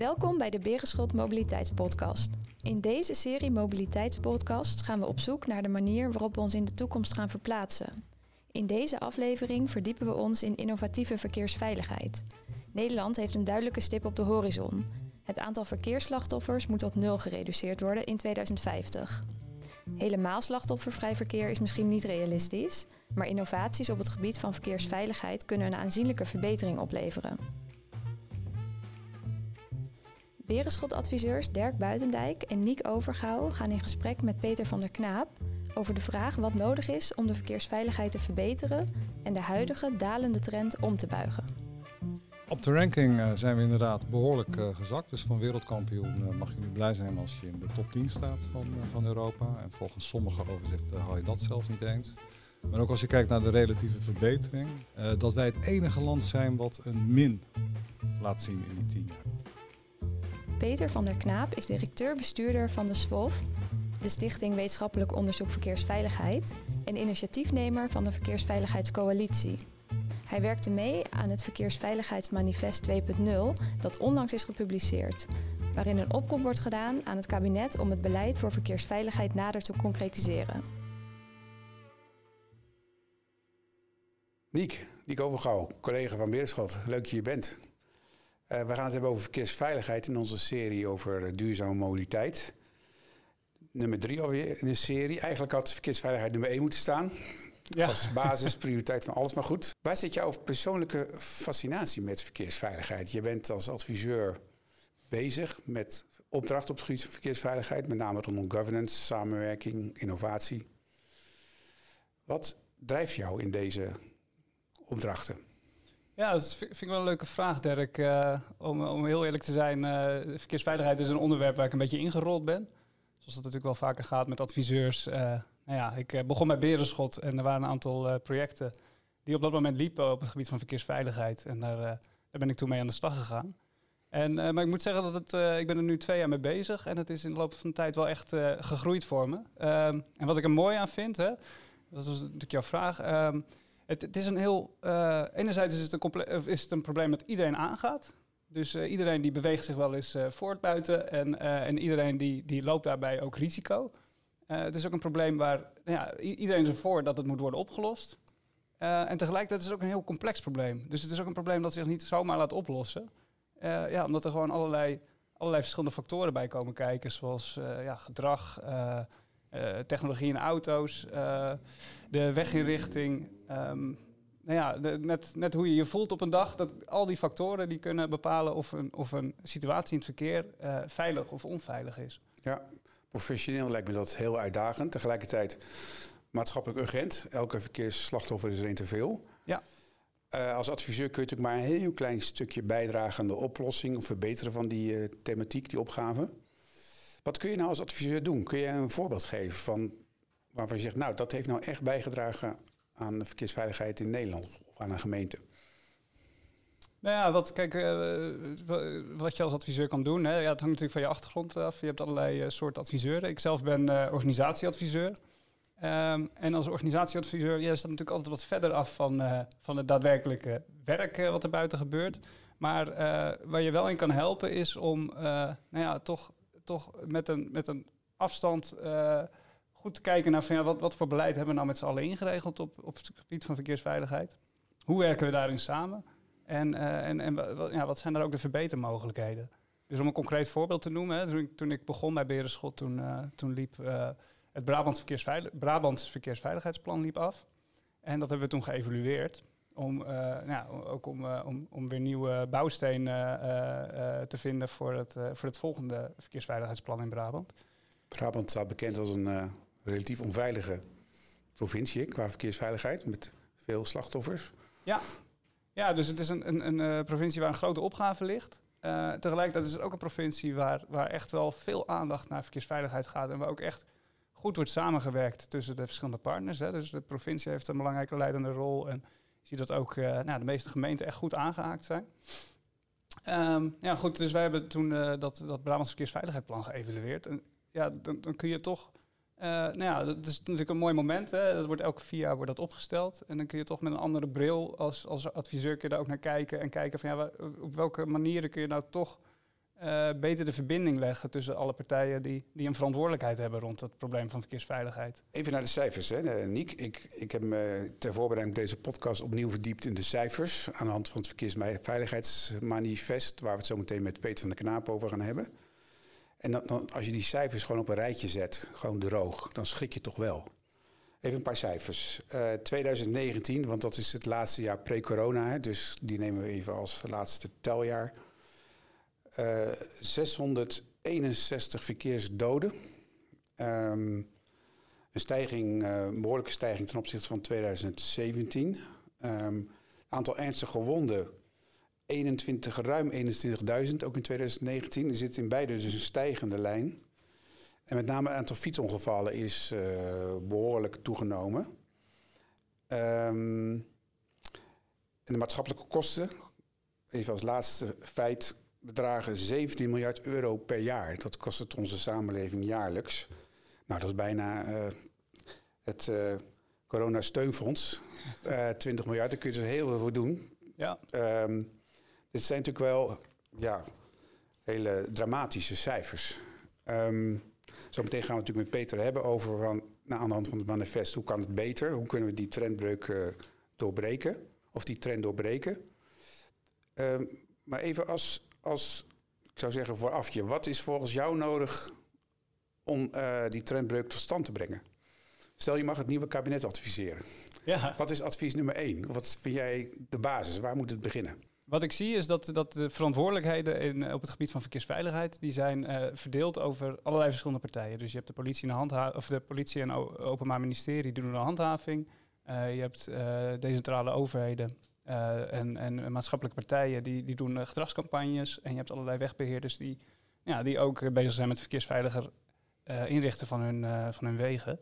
Welkom bij de Berenschot Mobiliteitspodcast. In deze serie mobiliteitspodcasts gaan we op zoek naar de manier waarop we ons in de toekomst gaan verplaatsen. In deze aflevering verdiepen we ons in innovatieve verkeersveiligheid. Nederland heeft een duidelijke stip op de horizon. Het aantal verkeersslachtoffers moet tot 0 gereduceerd worden in 2050. Helemaal slachtoffervrij verkeer is misschien niet realistisch, maar innovaties op het gebied van verkeersveiligheid kunnen een aanzienlijke verbetering opleveren. Berenschot-adviseurs Dirk Buitendijk en Niek Overgouw gaan in gesprek met Peter van der Knaap over de vraag wat nodig is om de verkeersveiligheid te verbeteren en de huidige dalende trend om te buigen. Op de ranking zijn we inderdaad behoorlijk gezakt. Dus van wereldkampioen mag je nu blij zijn als je in de top 10 staat van Europa. En volgens sommige overzichten haal je dat zelfs niet eens. Maar ook als je kijkt naar de relatieve verbetering, dat wij het enige land zijn wat een min laat zien in die 10 jaar. Peter van der Knaap is directeur-bestuurder van de SWOF, de Stichting Wetenschappelijk Onderzoek Verkeersveiligheid, en initiatiefnemer van de Verkeersveiligheidscoalitie. Hij werkte mee aan het Verkeersveiligheidsmanifest 2.0 dat onlangs is gepubliceerd, waarin een oproep wordt gedaan aan het kabinet om het beleid voor verkeersveiligheid nader te concretiseren. Niek Overgouw, collega van Berenschot. Leuk dat je hier bent. We gaan het hebben over verkeersveiligheid in onze serie over duurzame mobiliteit. Nummer 3 alweer in de serie. Eigenlijk had verkeersveiligheid nummer 1 moeten staan. Ja. Als basis, prioriteit van alles, maar goed. Waar zit jouw persoonlijke fascinatie met verkeersveiligheid? Je bent als adviseur bezig met opdrachten op het gebied van verkeersveiligheid. Met name rondom governance, samenwerking, innovatie. Wat drijft jou in deze opdrachten? Ja, dat vind ik wel een leuke vraag, Dirk. Om heel eerlijk te zijn, verkeersveiligheid is een onderwerp waar ik een beetje ingerold ben. Zoals dat natuurlijk wel vaker gaat met adviseurs. Ik begon bij Berenschot en er waren een aantal projecten die op dat moment liepen op het gebied van verkeersveiligheid. En daar ben ik toen mee aan de slag gegaan. Maar ik moet zeggen dat ik ben er nu 2 jaar mee bezig en het is in de loop van de tijd wel echt gegroeid voor me. En wat ik er mooi aan vind, dat was natuurlijk jouw vraag. Het is een heel. Enerzijds is het een probleem dat iedereen aangaat. Dus iedereen die beweegt zich wel eens voort buiten. En iedereen die loopt daarbij ook risico. Het is ook een probleem waar iedereen is ervoor dat het moet worden opgelost. En tegelijkertijd is het ook een heel complex probleem. Dus het is ook een probleem dat zich niet zomaar laat oplossen. Omdat er gewoon allerlei verschillende factoren bij komen kijken. Zoals gedrag, technologie in auto's, de weginrichting. Net hoe je je voelt op een dag. Dat al die factoren die kunnen bepalen of een situatie in het verkeer veilig of onveilig is. Ja, professioneel lijkt me dat heel uitdagend. Tegelijkertijd maatschappelijk urgent. Elke verkeersslachtoffer is er één te veel. Ja. Als adviseur kun je natuurlijk maar een heel klein stukje bijdragen aan de oplossing of verbeteren van die thematiek, die opgave. Wat kun je nou als adviseur doen? Kun je een voorbeeld geven van waarvan je zegt, nou, dat heeft nou echt bijgedragen aan de verkeersveiligheid in Nederland of aan een gemeente? Nou ja, wat je als adviseur kan doen, het hangt natuurlijk van je achtergrond af. Je hebt allerlei soorten adviseuren. Ik zelf ben organisatieadviseur. En als organisatieadviseur staat natuurlijk altijd wat verder af van het daadwerkelijke werk wat er buiten gebeurt. Maar waar je wel in kan helpen is om toch met een afstand goed te kijken naar wat voor beleid hebben we nou met z'n allen ingeregeld op het gebied van verkeersveiligheid. Hoe werken we daarin samen? En wat zijn daar ook de verbetermogelijkheden? Dus om een concreet voorbeeld te noemen, toen ik begon bij Berenschot, toen liep het Brabants Verkeersveiligheidsplan liep af. En dat hebben we toen geëvalueerd. Om weer nieuwe bouwstenen te vinden voor het volgende verkeersveiligheidsplan in Brabant. Brabant staat bekend als een relatief onveilige provincie qua verkeersveiligheid met veel slachtoffers. Ja, dus het is een provincie waar een grote opgave ligt. Tegelijkertijd is het ook een provincie waar echt wel veel aandacht naar verkeersveiligheid gaat en waar ook echt goed wordt samengewerkt tussen de verschillende partners. Dus de provincie heeft een belangrijke leidende rol en je ziet dat ook de meeste gemeenten echt goed aangehaakt zijn. Dus wij hebben toen dat Brabants Verkeersveiligheidsplan geëvalueerd. En dan kun je toch dat is natuurlijk een mooi moment. Dat wordt elke 4 jaar wordt dat opgesteld. En dan kun je toch met een andere bril als adviseur kun je daar ook naar kijken. En kijken van op welke manieren kun je nou toch beter de verbinding leggen tussen alle partijen die een verantwoordelijkheid hebben rond het probleem van verkeersveiligheid. Even naar de cijfers, hè, Niek. Ik heb me ter voorbereiding op deze podcast opnieuw verdiept in de cijfers aan de hand van het Verkeersveiligheidsmanifest, waar we het zo meteen met Peter van der Knaap over gaan hebben. En dan, als je die cijfers gewoon op een rijtje zet, gewoon droog, dan schrik je toch wel. Even een paar cijfers. 2019, want dat is het laatste jaar pre-corona, dus die nemen we even als laatste teljaar. 661 verkeersdoden. Een behoorlijke stijging ten opzichte van 2017. Aantal ernstig gewonden, ruim 21.000, ook in 2019. Er zit in beide dus een stijgende lijn. En met name het aantal fietsongevallen is behoorlijk toegenomen. En de maatschappelijke kosten, even als laatste feit, bedragen 17 miljard euro per jaar. Dat kost het onze samenleving jaarlijks. Nou, dat is bijna het coronasteunfonds. 20 miljard, daar kun je dus heel veel voor doen. Ja. Dit zijn natuurlijk wel hele dramatische cijfers. Zometeen gaan we natuurlijk met Peter hebben over aan de hand van het manifest, hoe kan het beter? Hoe kunnen we die trendbreuk doorbreken? Of die trend doorbreken? Maar even als ik zou zeggen voorafje, wat is volgens jou nodig om die trendbreuk tot stand te brengen? Stel, je mag het nieuwe kabinet adviseren. Ja. Wat is advies nummer 1? Wat vind jij de basis? Waar moet het beginnen? Wat ik zie is dat de verantwoordelijkheden op het gebied van verkeersveiligheid, die zijn verdeeld over allerlei verschillende partijen. Dus je hebt de politie en de politie en Openbaar Ministerie die doen de handhaving. Je hebt decentrale overheden en maatschappelijke partijen die doen gedragscampagnes. En je hebt allerlei wegbeheerders die ook bezig zijn met verkeersveiliger inrichten van hun wegen.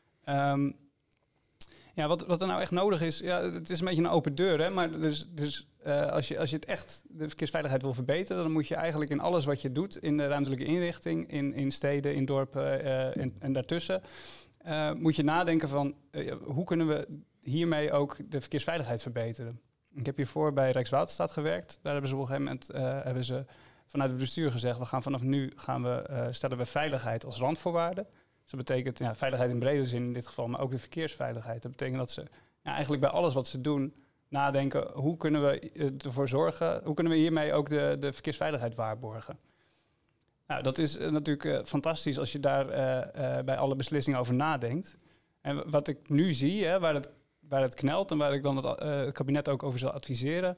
Wat er nou echt nodig is, het is een beetje een open deur, hè, maar als je het echt de verkeersveiligheid wil verbeteren, dan moet je eigenlijk in alles wat je doet, in de ruimtelijke inrichting, in steden, in dorpen en daartussen, moet je nadenken van hoe kunnen we hiermee ook de verkeersveiligheid verbeteren. Ik heb hiervoor bij Rijkswaterstaat gewerkt. Daar hebben ze op een gegeven moment vanuit het bestuur gezegd, vanaf nu stellen we veiligheid als randvoorwaarde. Dus dat betekent veiligheid in brede zin in dit geval, maar ook de verkeersveiligheid. Dat betekent dat ze eigenlijk bij alles wat ze doen nadenken, hoe kunnen we ervoor zorgen, hoe kunnen we hiermee ook de verkeersveiligheid waarborgen. Nou, dat is natuurlijk fantastisch als je daar bij alle beslissingen over nadenkt. En wat ik nu zie, waar het knelt en waar ik dan het kabinet ook over zal adviseren.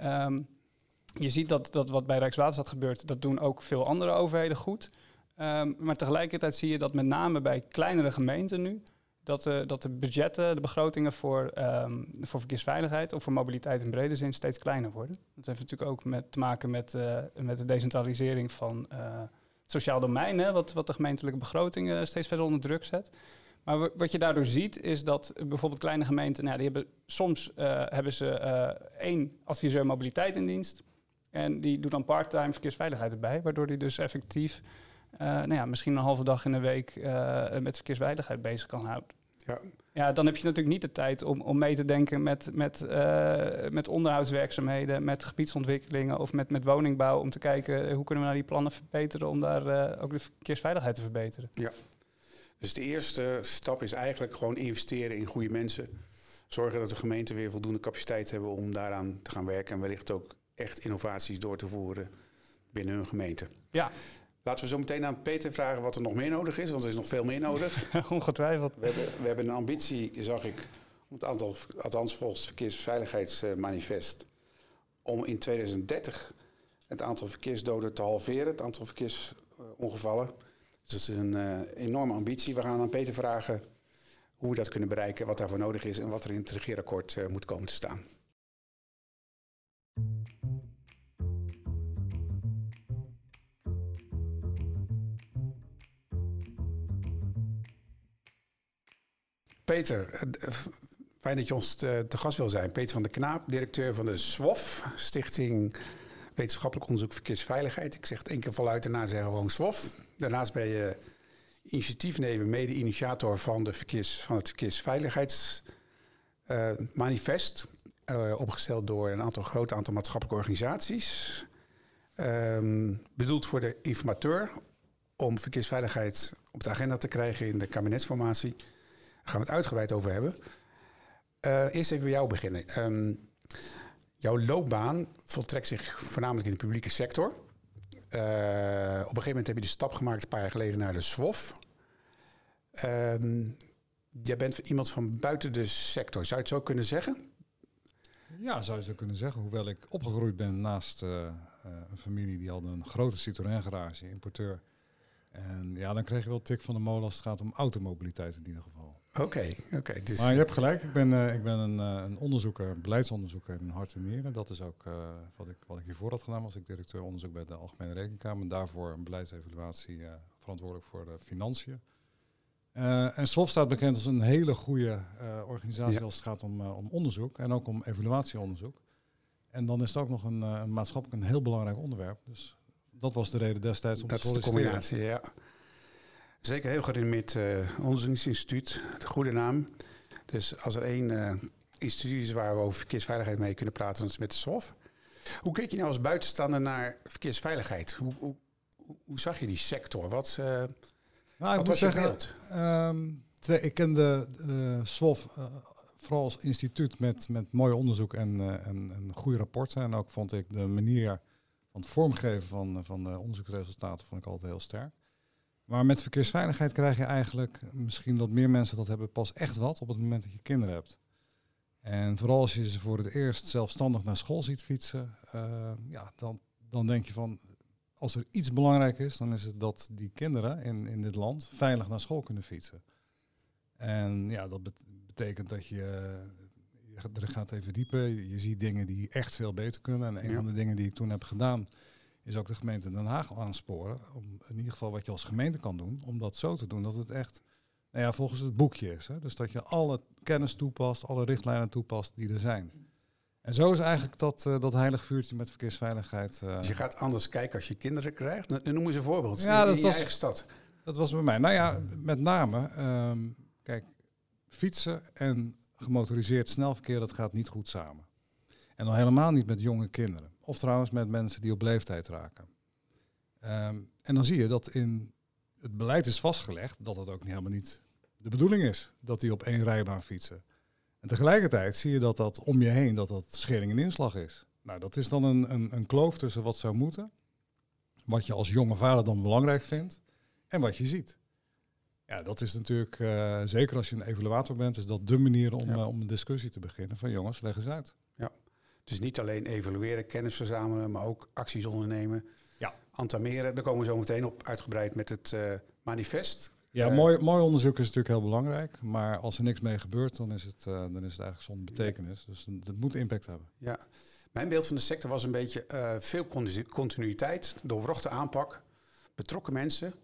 Je ziet dat wat bij Rijkswaterstaat gebeurt, dat doen ook veel andere overheden goed. Maar tegelijkertijd zie je dat met name bij kleinere gemeenten nu, dat de budgetten, de begrotingen voor verkeersveiligheid of voor mobiliteit in brede zin steeds kleiner worden. Dat heeft natuurlijk ook te maken met de decentralisering van het sociaal domein, wat de gemeentelijke begroting steeds verder onder druk zet. Maar wat je daardoor ziet is dat bijvoorbeeld kleine gemeenten, die hebben soms één adviseur mobiliteit in dienst en die doet dan part-time verkeersveiligheid erbij, waardoor die dus effectief misschien een halve dag in de week met verkeersveiligheid bezig kan houden. Ja, dan heb je natuurlijk niet de tijd om mee te denken met onderhoudswerkzaamheden, met gebiedsontwikkelingen of met woningbouw, om te kijken hoe kunnen we nou die plannen verbeteren om daar ook de verkeersveiligheid te verbeteren. Ja. Dus de eerste stap is eigenlijk gewoon investeren in goede mensen. Zorgen dat de gemeenten weer voldoende capaciteit hebben om daaraan te gaan werken en wellicht ook echt innovaties door te voeren binnen hun gemeente. Ja. Laten we zo meteen aan Peter vragen wat er nog meer nodig is, want er is nog veel meer nodig. Ongetwijfeld. We hebben een ambitie, zag ik, om het aantal, althans volgens het Verkeersveiligheidsmanifest, om in 2030 het aantal verkeersdoden te halveren, het aantal verkeersongevallen. Dus dat is een enorme ambitie. We gaan aan Peter vragen hoe we dat kunnen bereiken, wat daarvoor nodig is en wat er in het regeerakkoord moet komen te staan. Peter, fijn dat je ons te gast wil zijn. Peter van der Knaap, directeur van de SWOF, Stichting Wetenschappelijk Onderzoek Verkeersveiligheid. Ik zeg het één keer voluit, daarna zeggen we gewoon SWOF. Daarnaast ben je initiatiefnemer, mede-initiator van het Verkeersveiligheidsmanifest. Opgesteld door een groot aantal maatschappelijke organisaties. Bedoeld voor de informateur om verkeersveiligheid op de agenda te krijgen in de kabinetsformatie. Daar gaan we het uitgebreid over hebben. Eerst even bij jou beginnen. Jouw loopbaan voltrekt zich voornamelijk in de publieke sector. Op een gegeven moment heb je de stap gemaakt een paar jaar geleden naar de SWOF. Jij bent iemand van buiten de sector. Zou je het zo kunnen zeggen? Ja, zou je zo kunnen zeggen. Hoewel ik opgegroeid ben naast een familie die had een grote Citroën garage, importeur. En ja, dan kreeg je wel tik van de molen als het gaat om automobiliteit in ieder geval. Oké. Dus Maar je hebt gelijk, ik ben een onderzoeker, beleidsonderzoeker in hart en nieren. Dat is ook wat ik hiervoor had gedaan, was ik directeur onderzoek bij de Algemene Rekenkamer. En daarvoor een beleidsevaluatie verantwoordelijk voor de financiën. En SWOF staat bekend als een hele goede organisatie als het gaat om onderzoek en ook om evaluatieonderzoek. En dan is het ook nog een maatschappelijk een heel belangrijk onderwerp. Dus dat was de reden destijds om te solliciteren. Dat is de combinatie, ja. Zeker heel gerenommeerd onderzoeksinstituut, de goede naam. Dus als er één instituut is waar we over verkeersveiligheid mee kunnen praten, dan is het met de SWOF. Hoe keek je nou als buitenstaander naar verkeersveiligheid? Hoe zag je die sector? Wat was je beeld? Ik ken de SWOF vooral als instituut met mooi onderzoek en goede rapporten. En ook vond ik de manier van het vormgeven van de onderzoeksresultaten vond ik altijd heel sterk. Maar met verkeersveiligheid krijg je eigenlijk, misschien dat meer mensen dat hebben, pas echt wat op het moment dat je kinderen hebt. En vooral als je ze voor het eerst zelfstandig naar school ziet fietsen, dan denk je van, als er iets belangrijk is, dan is het dat die kinderen in dit land veilig naar school kunnen fietsen. En ja, dat betekent dat je er gaat even dieper. Je ziet dingen die echt veel beter kunnen. En een van de dingen die ik toen heb gedaan, is ook de gemeente Den Haag aansporen. Om in ieder geval wat je als gemeente kan doen, om dat zo te doen dat het echt volgens het boekje is. Hè? Dus dat je alle kennis toepast, alle richtlijnen toepast die er zijn. En zo is eigenlijk dat heilig vuurtje met verkeersveiligheid. Dus je gaat anders kijken als je kinderen krijgt? Dan noem eens een voorbeeld Ja, in je eigen stad. Dat was bij mij. Nou ja, met name, kijk, fietsen en gemotoriseerd snelverkeer, dat gaat niet goed samen. En al helemaal niet met jonge kinderen. Of trouwens met mensen die op leeftijd raken. En dan zie je dat in het beleid is vastgelegd dat het ook helemaal niet de bedoeling is dat die op één rijbaan fietsen. En tegelijkertijd zie je dat om je heen dat schering en inslag is. Nou, dat is dan een kloof tussen wat zou moeten, wat je als jonge vader dan belangrijk vindt en wat je ziet. Ja, dat is natuurlijk, zeker als je een evaluator bent, is dat dé manier om een discussie te beginnen. Van jongens, leg eens uit. Ja, dus niet alleen evalueren, kennis verzamelen, maar ook acties ondernemen. Ja. Entameren, daar komen we zo meteen op uitgebreid met het manifest. Ja, mooi onderzoek is natuurlijk heel belangrijk. Maar als er niks mee gebeurt, dan is het eigenlijk zonder betekenis. Dus het moet impact hebben. Ja, mijn beeld van de sector was een beetje veel continuïteit, doorwrochte aanpak, betrokken mensen,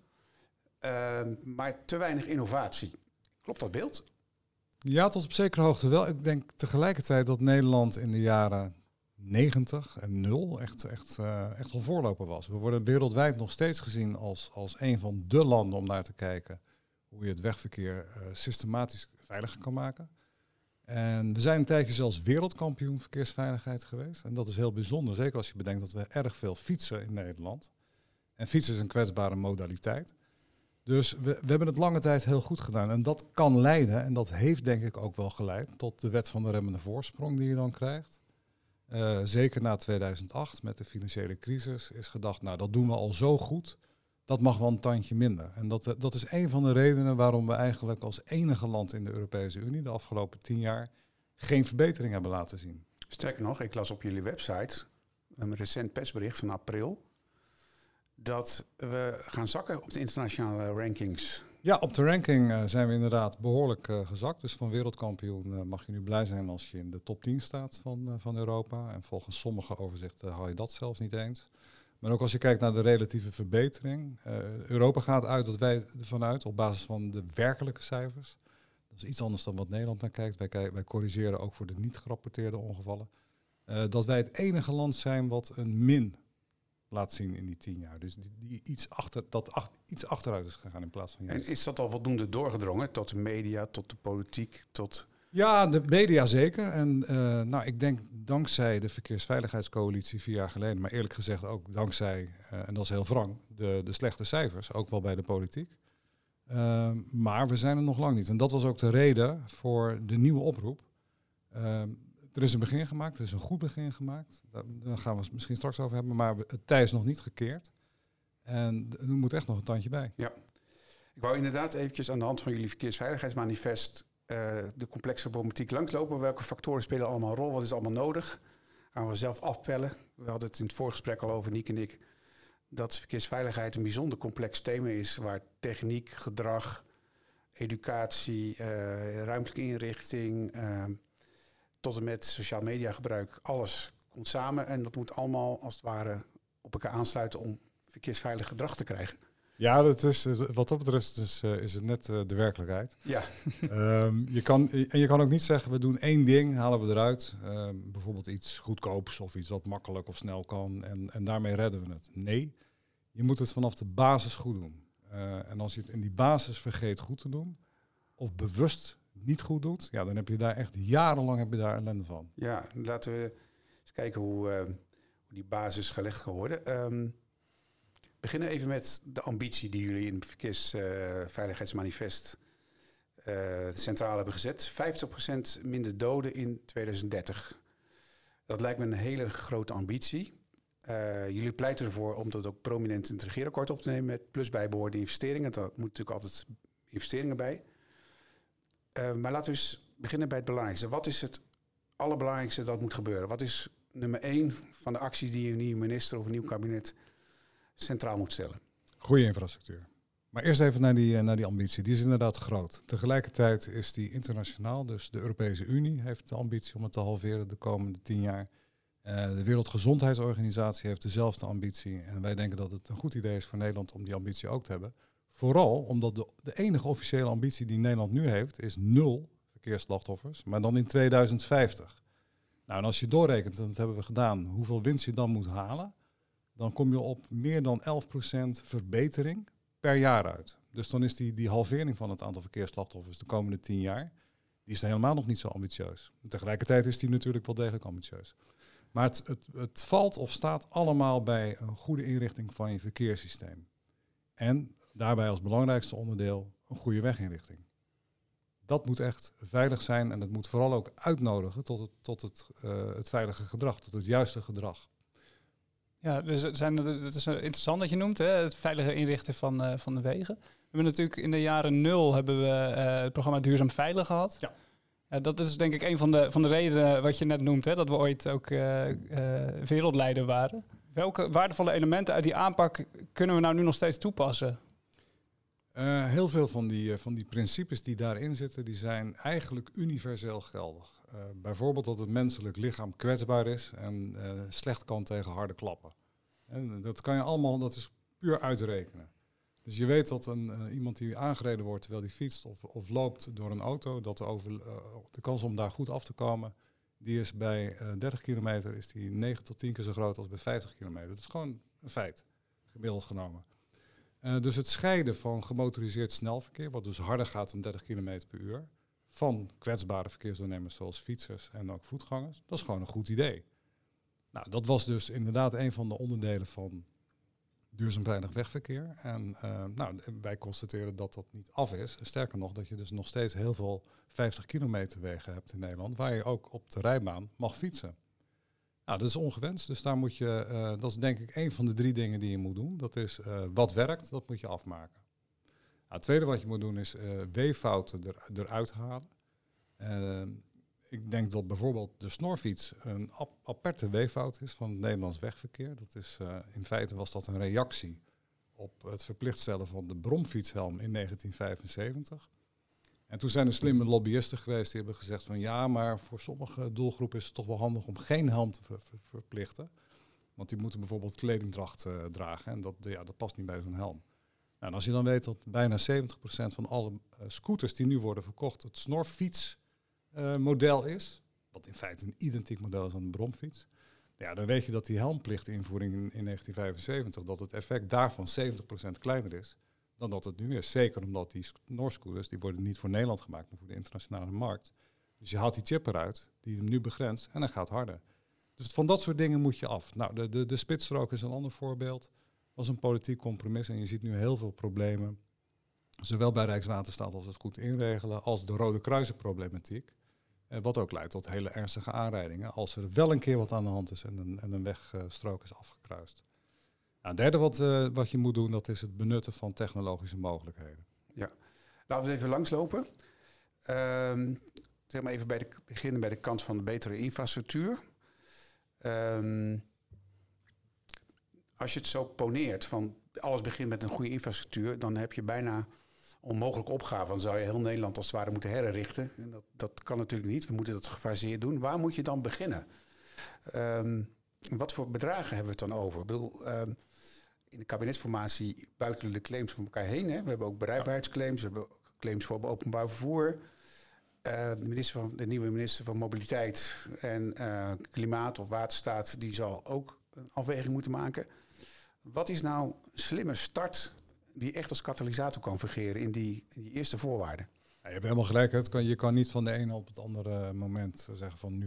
maar te weinig innovatie. Klopt dat beeld? Ja, tot op zekere hoogte wel. Ik denk tegelijkertijd dat Nederland in de jaren 90 en 0 echt wel voorloper was. We worden wereldwijd nog steeds gezien als een van de landen om naar te kijken hoe je het wegverkeer systematisch veiliger kan maken. En we zijn een tijdje zelfs wereldkampioen verkeersveiligheid geweest. En dat is heel bijzonder, zeker als je bedenkt dat we erg veel fietsen in Nederland. En fietsen is een kwetsbare modaliteit. Dus we hebben het lange tijd heel goed gedaan. En dat kan leiden, en dat heeft denk ik ook wel geleid, tot de wet van de remmende voorsprong die je dan krijgt. Zeker na 2008 met de financiële crisis is gedacht, nou dat doen we al zo goed, dat mag wel een tandje minder. En dat is een van de redenen waarom we eigenlijk als enige land in de Europese Unie de afgelopen 10 jaar geen verbetering hebben laten zien. Sterker nog, ik las op jullie website een recent persbericht van april dat we gaan zakken op de internationale rankings. Ja, op de ranking zijn we inderdaad behoorlijk gezakt. Dus van wereldkampioen mag je nu blij zijn als je in de top 10 staat van Europa. En volgens sommige overzichten haal je dat zelfs niet eens. Maar ook als je kijkt naar de relatieve verbetering. Europa gaat uit dat wij ervan uit, op basis van de werkelijke cijfers. Dat is iets anders dan wat Nederland naar kijkt. Wij corrigeren ook voor de niet gerapporteerde ongevallen. Dat wij het enige land zijn wat een min laat zien in die 10 jaar. Dus die iets achteruit is gegaan in plaats van juist. En is dat al voldoende doorgedrongen tot de media, tot de politiek, tot Ja, de media zeker. En ik denk dankzij de Verkeersveiligheidscoalitie 4 jaar geleden, maar eerlijk gezegd ook dankzij, en dat is heel wrang, de slechte cijfers, ook wel bij de politiek. Maar we zijn er nog lang niet. En dat was ook de reden voor de nieuwe oproep. Er is een begin gemaakt, er is een goed begin gemaakt. Daar gaan we het misschien straks over hebben, maar het tij is nog niet gekeerd. En er moet echt nog een tandje bij. Ja. Ik wou inderdaad eventjes aan de hand van jullie verkeersveiligheidsmanifest de complexe problematiek langslopen. Welke factoren spelen allemaal een rol? Wat is allemaal nodig? Gaan we zelf afpellen. We hadden het in het voorgesprek al over, Niek en ik, dat verkeersveiligheid een bijzonder complex thema is, waar techniek, gedrag, educatie, ruimtelijke inrichting, tot en met sociaal media gebruik, alles komt samen. En dat moet allemaal als het ware op elkaar aansluiten om verkeersveilig gedrag te krijgen. Ja, wat dat betreft is het net de werkelijkheid. Ja. Je kan ook niet zeggen, we doen één ding, halen we eruit. Bijvoorbeeld iets goedkoops of iets wat makkelijk of snel kan. En daarmee redden we het. Nee, je moet het vanaf de basis goed doen. En als je het in die basis vergeet goed te doen, of bewust niet goed doet, ja, dan heb je daar echt jarenlang ellende van. Ja, laten we eens kijken hoe die basis gelegd kan worden. Beginnen even met de ambitie die jullie in het Verkeersveiligheidsmanifest centraal hebben gezet. 50% minder doden in 2030. Dat lijkt me een hele grote ambitie. Jullie pleiten ervoor om dat ook prominent in het regeerakkoord op te nemen met plus bijbehorende investeringen. Daar moet natuurlijk altijd investeringen bij. Maar laten we eens beginnen bij het belangrijkste. Wat is het allerbelangrijkste dat moet gebeuren? Wat is nummer 1 van de acties die een nieuwe minister of een nieuw kabinet centraal moet stellen? Goede infrastructuur. Maar eerst even naar die ambitie. Die is inderdaad groot. Tegelijkertijd is die internationaal. Dus de Europese Unie heeft de ambitie om het te halveren de komende 10 jaar. De Wereldgezondheidsorganisatie heeft dezelfde ambitie. En wij denken dat het een goed idee is voor Nederland om die ambitie ook te hebben. Vooral omdat de enige officiële ambitie die Nederland nu heeft, is 0 verkeersslachtoffers. Maar dan in 2050. Nou, en als je doorrekent, en dat hebben we gedaan, hoeveel winst je dan moet halen, dan kom je op meer dan 11% verbetering per jaar uit. Dus dan is die halvering van het aantal verkeersslachtoffers de komende 10 jaar, die is helemaal nog niet zo ambitieus. En tegelijkertijd is die natuurlijk wel degelijk ambitieus. Maar het valt of staat allemaal bij een goede inrichting van je verkeerssysteem. En daarbij als belangrijkste onderdeel een goede weginrichting. Dat moet echt veilig zijn en het moet vooral ook uitnodigen tot het veilige gedrag, tot het juiste gedrag. Ja, dus het is interessant dat je noemt, hè, het veilige inrichten van de wegen. We hebben natuurlijk in de jaren 0 hebben we het programma Duurzaam Veilig gehad. Ja. Dat is denk ik een van de redenen wat je net noemt, hè, dat we ooit ook wereldleider waren. Welke waardevolle elementen uit die aanpak kunnen we nou nu nog steeds toepassen? Heel veel van die principes die daarin zitten, die zijn eigenlijk universeel geldig. Bijvoorbeeld dat het menselijk lichaam kwetsbaar is en slecht kan tegen harde klappen. En dat kan je allemaal, dat is puur uitrekenen. Dus je weet dat iemand die aangereden wordt terwijl die fietst of loopt door een auto, dat de kans om daar goed af te komen, die is bij 30 kilometer is die 9 tot 10 keer zo groot als bij 50 kilometer. Dat is gewoon een feit, gemiddeld genomen. Dus het scheiden van gemotoriseerd snelverkeer, wat dus harder gaat dan 30 km per uur, van kwetsbare verkeersdoornemers zoals fietsers en ook voetgangers, dat is gewoon een goed idee. Nou, dat was dus inderdaad een van de onderdelen van duurzaam veilig wegverkeer. En wij constateren dat dat niet af is. Sterker nog, dat je dus nog steeds heel veel 50 kilometer wegen hebt in Nederland, waar je ook op de rijbaan mag fietsen. Nou, dat is ongewenst, dus daar moet je, dat is denk ik een van de 3 dingen die je moet doen. Dat is wat werkt, dat moet je afmaken. Nou, het tweede wat je moet doen is weeffouten eruit halen. Ik denk dat bijvoorbeeld de snorfiets een aparte weeffout is van het Nederlands wegverkeer. Dat is, in feite was dat een reactie op het verplicht stellen van de bromfietshelm in 1975. En toen zijn er slimme lobbyisten geweest die hebben gezegd van ja, maar voor sommige doelgroepen is het toch wel handig om geen helm te verplichten. Want die moeten bijvoorbeeld kledingdracht dragen en dat past niet bij zo'n helm. Nou, en als je dan weet dat bijna 70% van alle scooters die nu worden verkocht het snorfietsmodel is, wat in feite een identiek model is aan een bromfiets, ja, dan weet je dat die helmplichtinvoering in 1975, dat het effect daarvan 70% kleiner is dan dat het nu is. Zeker omdat die snorscooters, die worden niet voor Nederland gemaakt, maar voor de internationale markt. Dus je haalt die chip eruit, die hem nu begrenst, en hij gaat harder. Dus van dat soort dingen moet je af. Nou, de spitsstrook is een ander voorbeeld. Was een politiek compromis en je ziet nu heel veel problemen. Zowel bij Rijkswaterstaat als het goed inregelen, als de Rode Kruisenproblematiek. Wat ook leidt tot hele ernstige aanrijdingen. Als er wel een keer wat aan de hand is en een wegstrook is afgekruist. Nou, het derde wat je moet doen, dat is het benutten van technologische mogelijkheden. Ja, laten we even langslopen. Zeg maar even beginnen bij de kant van de betere infrastructuur. Als je het zo poneert van alles begint met een goede infrastructuur, dan heb je bijna onmogelijke opgave. Dan zou je heel Nederland als het ware moeten herinrichten. En dat kan natuurlijk niet. We moeten dat gefaseerd doen. Waar moet je dan beginnen? Wat voor bedragen hebben we het dan over? Ik bedoel, in de kabinetsformatie buiten de claims van elkaar heen. Hè. We hebben ook bereikbaarheidsclaims. We hebben ook claims voor openbaar vervoer. De nieuwe minister van Mobiliteit en Klimaat of Waterstaat, die zal ook een afweging moeten maken. Wat is nou een slimme start die echt als katalysator kan fungeren in die eerste voorwaarden? Ja, je hebt helemaal gelijk. Je kan niet van de ene op het andere moment zeggen van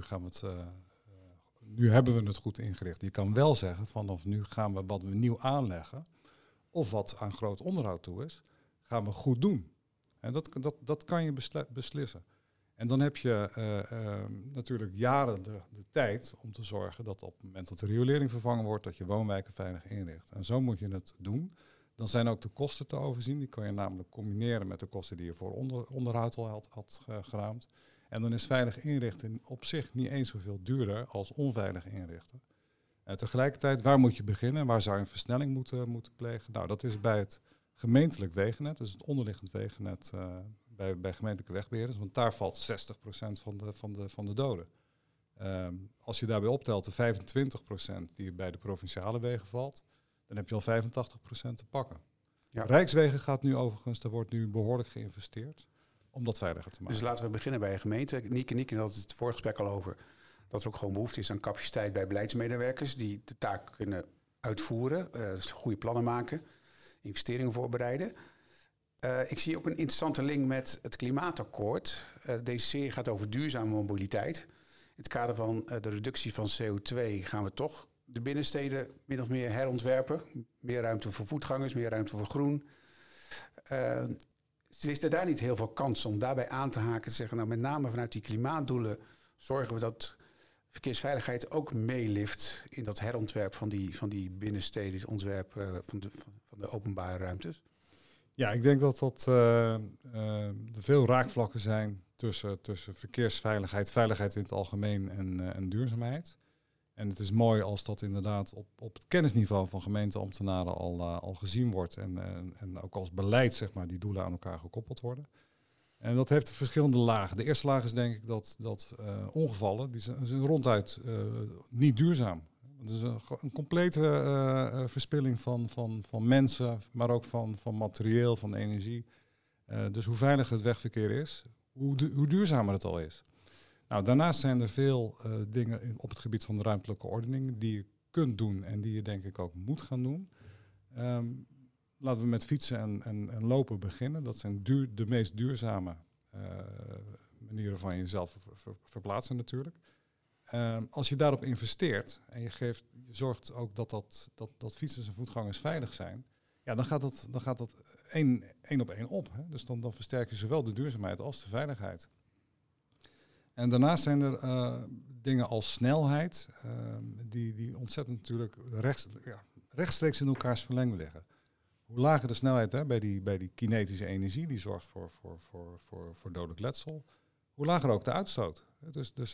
nu hebben we het goed ingericht. Je kan wel zeggen vanaf nu gaan we wat we nieuw aanleggen of wat aan groot onderhoud toe is, gaan we goed doen. En dat kan je beslissen. En dan heb je natuurlijk jaren de tijd om te zorgen dat op het moment dat de riolering vervangen wordt, dat je woonwijken veilig inricht. En zo moet je het doen. Dan zijn ook de kosten te overzien. Die kan je namelijk combineren met de kosten die je voor onderhoud al had geraamd. En dan is veilig inrichten op zich niet eens zoveel duurder als onveilig inrichten. En tegelijkertijd, waar moet je beginnen? Waar zou je een versnelling moeten plegen? Nou, dat is bij het gemeentelijk wegennet, dus het onderliggend wegennet bij gemeentelijke wegbeheerders, want daar valt 60% van de doden. Als je daarbij optelt de 25% die bij de provinciale wegen valt, dan heb je al 85% te pakken. Ja. Rijkswegen gaat nu overigens, daar wordt nu behoorlijk geïnvesteerd om dat veiliger te maken. Dus laten we beginnen bij een gemeente. Nieke had het voorgesprek al over dat er ook gewoon behoefte is aan capaciteit bij beleidsmedewerkers die de taak kunnen uitvoeren, goede plannen maken, investeringen voorbereiden. Ik zie ook een interessante link met het klimaatakkoord. Deze serie gaat over duurzame mobiliteit. In het kader van de reductie van CO2 gaan we toch de binnensteden min of meer herontwerpen. Meer ruimte voor voetgangers, meer ruimte voor groen. Is er daar niet heel veel kans om daarbij aan te haken en zeggen, nou, met name vanuit die klimaatdoelen zorgen we dat verkeersveiligheid ook meelift in dat herontwerp van die binnensteden, het ontwerp van de openbare ruimtes? Ja, ik denk dat er veel raakvlakken zijn tussen verkeersveiligheid, veiligheid in het algemeen en duurzaamheid. En het is mooi als dat inderdaad op het kennisniveau van gemeenteambtenaren al gezien wordt en ook als beleid, zeg maar, die doelen aan elkaar gekoppeld worden. En dat heeft verschillende lagen. De eerste laag is denk ik dat ongevallen, die zijn ronduit niet duurzaam. Het is een complete verspilling van mensen, maar ook van materieel, van energie. Dus hoe veiliger het wegverkeer is, hoe duurzamer het al is. Nou, daarnaast zijn er veel dingen op het gebied van de ruimtelijke ordening die je kunt doen en die je denk ik ook moet gaan doen. Laten we met fietsen en lopen beginnen. Dat zijn de meest duurzame manieren van jezelf verplaatsen natuurlijk. Als je daarop investeert en je zorgt ook dat fietsers en voetgangers veilig zijn, ja, dan gaat dat één op één op. Hè? Dus dan versterk je zowel de duurzaamheid als de veiligheid. En daarnaast zijn er dingen als snelheid, die ontzettend natuurlijk rechtstreeks in elkaars verlengde liggen. Hoe lager de snelheid bij die kinetische energie, die zorgt voor dodelijk letsel, hoe lager ook de uitstoot. Dus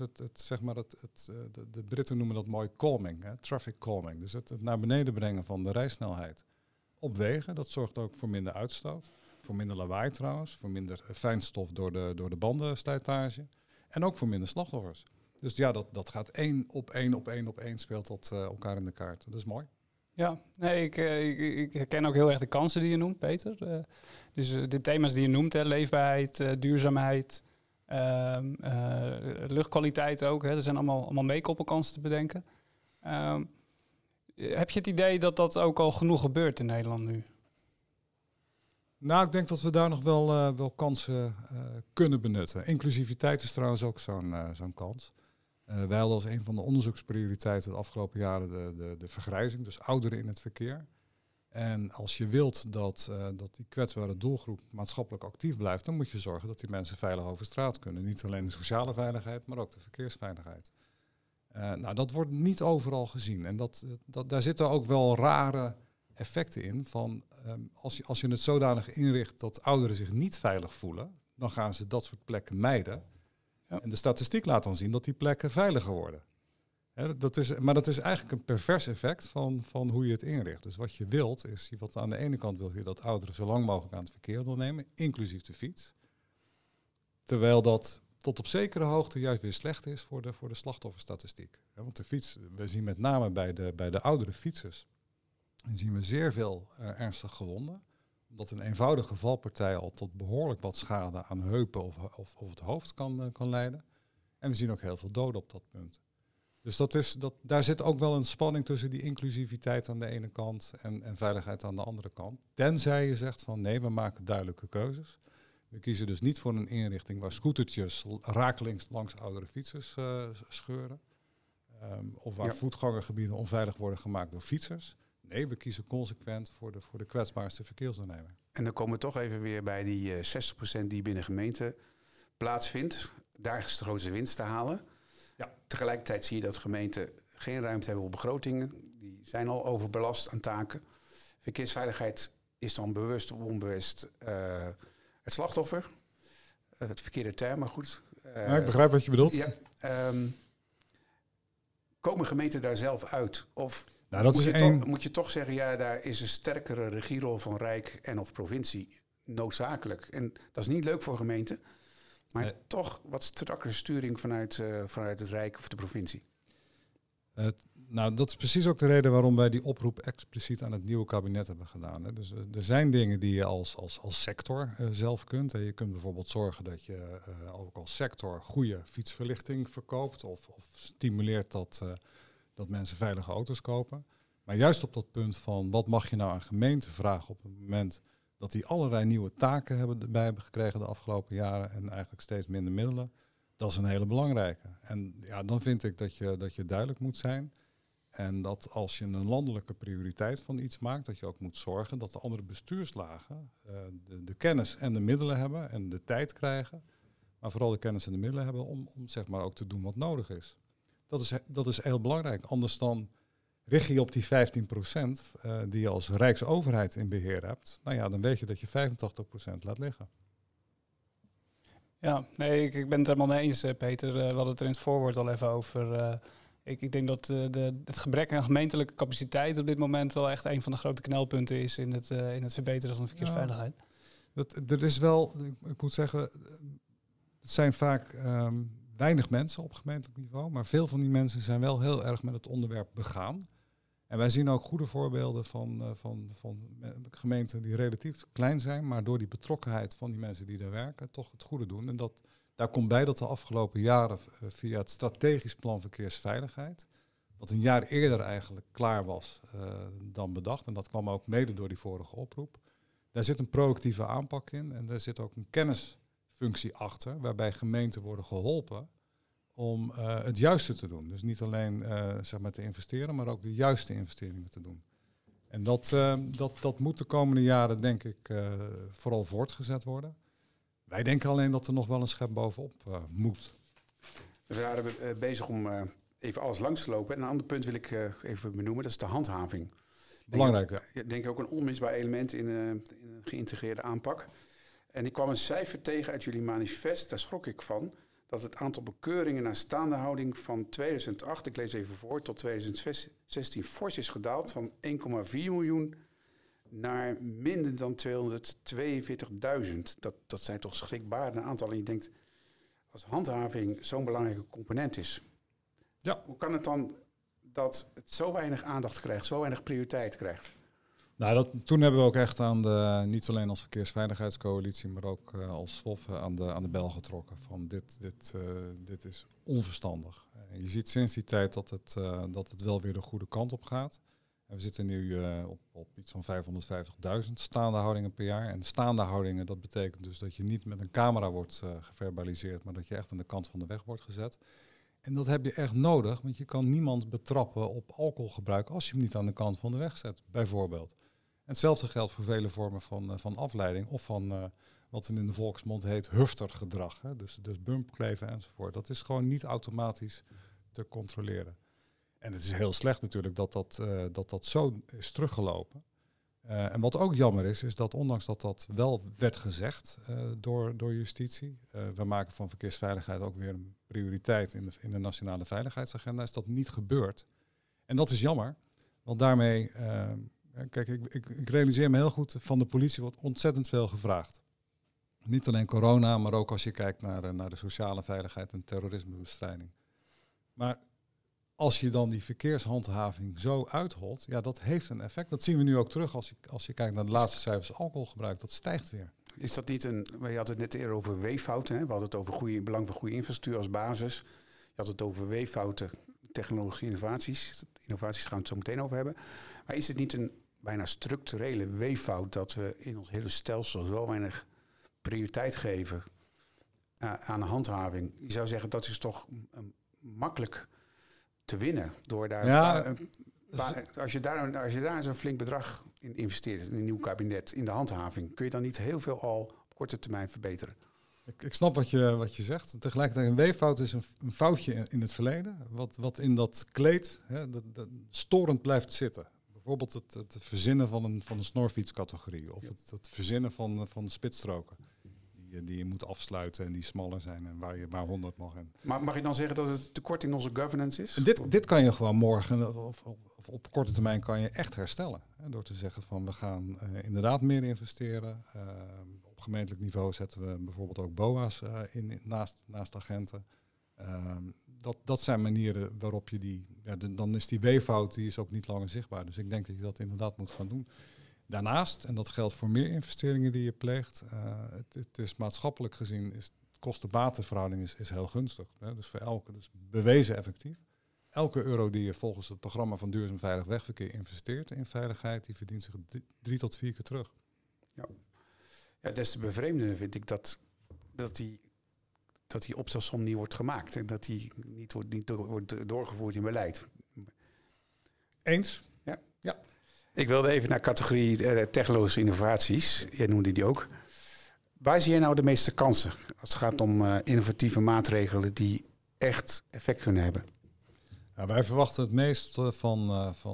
de Britten noemen dat mooi calming, traffic calming. Dus het naar beneden brengen van de rijsnelheid op wegen, dat zorgt ook voor minder uitstoot, voor minder lawaai trouwens, voor minder fijnstof door de bandenslijtage en ook voor minder slachtoffers. Dus ja, dat gaat één op één speelt dat elkaar in de kaart. Dat is mooi. Ja, nee, ik herken ook heel erg de kansen die je noemt, Peter. Dus de thema's die je noemt, leefbaarheid, duurzaamheid, luchtkwaliteit ook. Er zijn allemaal meekoppelkansen te bedenken. Heb je het idee dat dat ook al genoeg gebeurt in Nederland nu? Nou, ik denk dat we daar nog wel kansen kunnen benutten. Inclusiviteit is trouwens ook zo'n kans. Wij hadden als een van de onderzoeksprioriteiten de afgelopen jaren de vergrijzing, dus ouderen in het verkeer. En als je wilt dat die kwetsbare doelgroep maatschappelijk actief blijft, dan moet je zorgen dat die mensen veilig over straat kunnen. Niet alleen de sociale veiligheid, maar ook de verkeersveiligheid. Nou, dat wordt niet overal gezien. En daar zitten ook wel rare effecten in. Van, als je het zodanig inricht dat ouderen zich niet veilig voelen, dan gaan ze dat soort plekken mijden. Ja. En de statistiek laat dan zien dat die plekken veiliger worden. Maar dat is eigenlijk een pervers effect van hoe je het inricht. Dus wat je wilt is, wat aan de ene kant wil je dat ouderen zo lang mogelijk aan het verkeer deelnemen, inclusief de fiets. Terwijl dat tot op zekere hoogte juist weer slecht is voor de slachtofferstatistiek. Want de fiets, we zien met name bij de oudere fietsers, zien we zeer veel ernstig gewonden. Omdat een eenvoudige valpartij al tot behoorlijk wat schade aan heupen of het hoofd kan leiden. En we zien ook heel veel doden op dat punt. Dus daar zit ook wel een spanning tussen die inclusiviteit aan de ene kant en veiligheid aan de andere kant. Tenzij je zegt van nee, we maken duidelijke keuzes. We kiezen dus niet voor een inrichting waar scootertjes rakelings langs oudere fietsers scheuren. Of waar voetgangergebieden onveilig worden gemaakt door fietsers. Nee, we kiezen consequent voor de kwetsbaarste verkeersdeelnemer. En dan komen we toch even weer bij die 60% die binnen gemeente plaatsvindt. Daar is de grootste winst te halen. Ja. Tegelijkertijd zie je dat gemeenten geen ruimte hebben op begrotingen. Die zijn al overbelast aan taken. Verkeersveiligheid is dan bewust of onbewust het slachtoffer. Het verkeerde term, maar goed. Ik begrijp wat je bedoelt. Ja, komen gemeenten daar zelf uit? Of moet je toch zeggen, ja, daar is een sterkere regierol van Rijk en of provincie noodzakelijk. En dat is niet leuk voor gemeenten. Maar toch wat strakkere sturing vanuit het Rijk of de provincie. Nou, dat is precies ook de reden waarom wij die oproep expliciet aan het nieuwe kabinet hebben gedaan. Hè. Dus er zijn dingen die je als sector zelf kunt. Je kunt bijvoorbeeld zorgen dat je ook als sector goede fietsverlichting verkoopt. Of stimuleert dat mensen veilige auto's kopen. Maar juist op dat punt van wat mag je nou aan gemeenten vragen op het moment dat die allerlei nieuwe taken hebben gekregen de afgelopen jaren en eigenlijk steeds minder middelen. Dat is een hele belangrijke. En ja, dan vind ik dat je duidelijk moet zijn. En dat als je een landelijke prioriteit van iets maakt, dat je ook moet zorgen dat de andere bestuurslagen de kennis en de middelen hebben en de tijd krijgen. Maar vooral de kennis en de middelen hebben om zeg maar ook te doen wat nodig is. Dat is heel belangrijk. Anders dan richt je op die 15% die je als Rijksoverheid in beheer hebt. Nou ja, dan weet je dat je 85% laat liggen. Ja, nee, ik ben het helemaal mee eens, Peter. We hadden het er in het voorwoord al even over. Ik denk dat het gebrek aan gemeentelijke capaciteit op dit moment wel echt een van de grote knelpunten is in het verbeteren van de verkeersveiligheid. Ja, er is wel, ik moet zeggen, het zijn vaak weinig mensen op gemeentelijk niveau, maar veel van die mensen zijn wel heel erg met het onderwerp begaan. En wij zien ook goede voorbeelden van gemeenten die relatief klein zijn, maar door die betrokkenheid van die mensen die daar werken, toch het goede doen. En daar komt bij dat de afgelopen jaren via het strategisch plan verkeersveiligheid, wat een jaar eerder eigenlijk klaar was dan bedacht, en dat kwam ook mede door die vorige oproep, daar zit een proactieve aanpak in en daar zit ook een kennisfunctie achter, waarbij gemeenten worden geholpen om het juiste te doen. Dus niet alleen zeg maar te investeren, maar ook de juiste investeringen te doen. En dat moet de komende jaren, denk ik, vooral voortgezet worden. Wij denken alleen dat er nog wel een schep bovenop moet. We waren bezig om even alles langs te lopen. En een ander punt wil ik even benoemen, dat is de handhaving. Belangrijk, ja. Ik denk ook een onmisbaar element in een geïntegreerde aanpak. En ik kwam een cijfer tegen uit jullie manifest, daar schrok ik van, dat het aantal bekeuringen naar staande houding van 2008, ik lees even voor, tot 2016 fors is gedaald van 1,4 miljoen naar minder dan 242.000. Dat zijn toch schrikbarende aantallen. En je denkt, als handhaving zo'n belangrijke component is. Ja. Hoe kan het dan dat het zo weinig aandacht krijgt, zo weinig prioriteit krijgt? Nou, toen hebben we ook echt niet alleen als Verkeersveiligheidscoalitie, maar ook als SWOF aan de bel getrokken. Van dit is onverstandig. Je ziet sinds die tijd dat het wel weer de goede kant op gaat. En we zitten nu op iets van 550.000 staande houdingen per jaar. En staande houdingen, dat betekent dus dat je niet met een camera wordt geverbaliseerd, maar dat je echt aan de kant van de weg wordt gezet. En dat heb je echt nodig, want je kan niemand betrappen op alcoholgebruik als je hem niet aan de kant van de weg zet, bijvoorbeeld. En hetzelfde geldt voor vele vormen van afleiding of van wat in de volksmond heet huftergedrag. Hè? Dus bumpkleven enzovoort. Dat is gewoon niet automatisch te controleren. En het is heel slecht natuurlijk dat zo is teruggelopen. En wat ook jammer is dat ondanks dat wel werd gezegd door justitie, we maken van verkeersveiligheid ook weer een prioriteit in de nationale veiligheidsagenda, is dat niet gebeurd. En dat is jammer, want daarmee, kijk, ik realiseer me heel goed, van de politie wordt ontzettend veel gevraagd. Niet alleen corona, maar ook als je kijkt naar de sociale veiligheid en terrorismebestrijding. Maar als je dan die verkeershandhaving zo uitholt, ja, dat heeft een effect. Dat zien we nu ook terug als je kijkt naar de laatste cijfers alcoholgebruik. Dat stijgt weer. Is dat niet je had het net eerder over weeffouten. Hè? We hadden het over belang van goede infrastructuur als basis. Je had het over weeffouten, technologische innovaties. Innovaties gaan we het zo meteen over hebben. Maar is het niet een bijna structurele weeffout dat we in ons hele stelsel zo weinig prioriteit geven aan de handhaving? Je zou zeggen, dat is toch makkelijk te winnen door daar als je daar zo'n flink bedrag in investeert in een nieuw kabinet, in de handhaving, kun je dan niet heel veel al op korte termijn verbeteren? Ik snap wat je zegt. Tegelijkertijd een weeffout is een foutje in het verleden, wat in dat kleed dat storend blijft zitten. Bijvoorbeeld het verzinnen van een snorfietscategorie of het verzinnen van spitsstroken. Die je moet afsluiten en die smaller zijn en waar je maar 100 mag in. Maar mag je dan zeggen dat het tekort in onze governance is? Dit kan je gewoon morgen of op korte termijn kan je echt herstellen. Hè, door te zeggen van we gaan inderdaad meer investeren. Op gemeentelijk niveau zetten we bijvoorbeeld ook BOA's naast agenten. Dat zijn manieren waarop je dan is die weeffout die is ook niet langer zichtbaar. Dus ik denk dat je dat inderdaad moet gaan doen. Daarnaast, en dat geldt voor meer investeringen die je pleegt, het is maatschappelijk gezien, de kosten-batenverhouding is heel gunstig. Hè? Dus voor dus bewezen effectief. Elke euro die je volgens het programma van Duurzaam Veilig Wegverkeer investeert in veiligheid, die verdient zich 3 tot 4 keer terug. Ja, des te bevreemdender vind ik dat die optelsom niet wordt gemaakt en dat die niet wordt doorgevoerd in beleid. Eens? Ja. Ik wilde even naar categorie technologische innovaties. Jij noemde die ook. Waar zie jij nou de meeste kansen als het gaat om innovatieve maatregelen die echt effect kunnen hebben? Nou, wij verwachten het meest van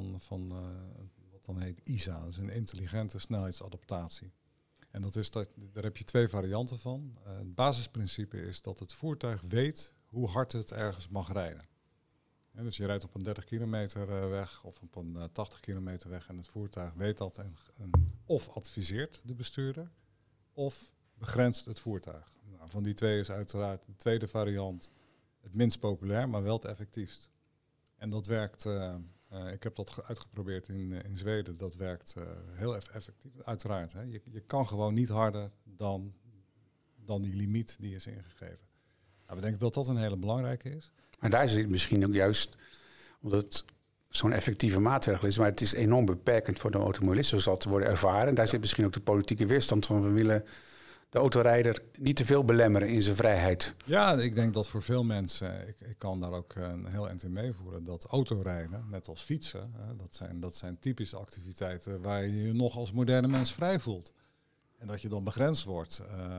wat dan heet ISA, dus een intelligente snelheidsadaptatie. En daar heb je 2 varianten van. Het basisprincipe is dat het voertuig weet hoe hard het ergens mag rijden. Ja, dus je rijdt op een 30 kilometer weg of op een 80 kilometer weg en het voertuig weet dat en of adviseert de bestuurder of begrenst het voertuig. Nou, van die 2 is uiteraard de tweede variant het minst populair, maar wel het effectiefst. En dat werkt, ik heb dat uitgeprobeerd in Zweden, dat werkt heel effectief, uiteraard. Hè. Je kan gewoon niet harder dan die limiet die is ingegeven. Nou, we denken dat dat een hele belangrijke is. Maar daar zit misschien ook juist, omdat het zo'n effectieve maatregel is, maar het is enorm beperkend voor de automobilist, zo zal het worden ervaren. Daar zit misschien ook de politieke weerstand van. We willen de autorijder niet te veel belemmeren in zijn vrijheid. Ja, ik denk dat voor veel mensen, ik kan daar ook een heel eind in meevoeren, dat autorijden, net als fietsen, dat zijn typische activiteiten waar je je nog als moderne mens vrij voelt. En dat je dan begrensd wordt,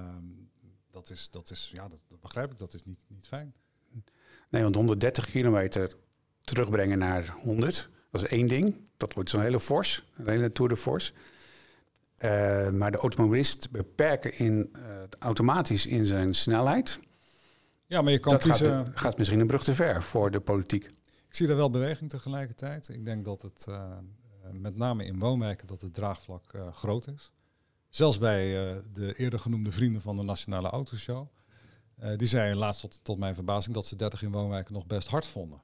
dat begrijp ik, dat is niet fijn. Nee, want 130 kilometer terugbrengen naar 100, dat is 1 ding. Dat wordt zo'n hele force, een hele tour de force. Maar de automobilist beperken automatisch in zijn snelheid. Ja, maar je kan gaat misschien een brug te ver voor de politiek. Ik zie er wel beweging tegelijkertijd. Ik denk dat het met name in woonwijken dat het draagvlak groot is. Zelfs bij de eerder genoemde vrienden van de Nationale Autoshow. Die zeiden laatst tot mijn verbazing dat ze 30 in woonwijken nog best hard vonden.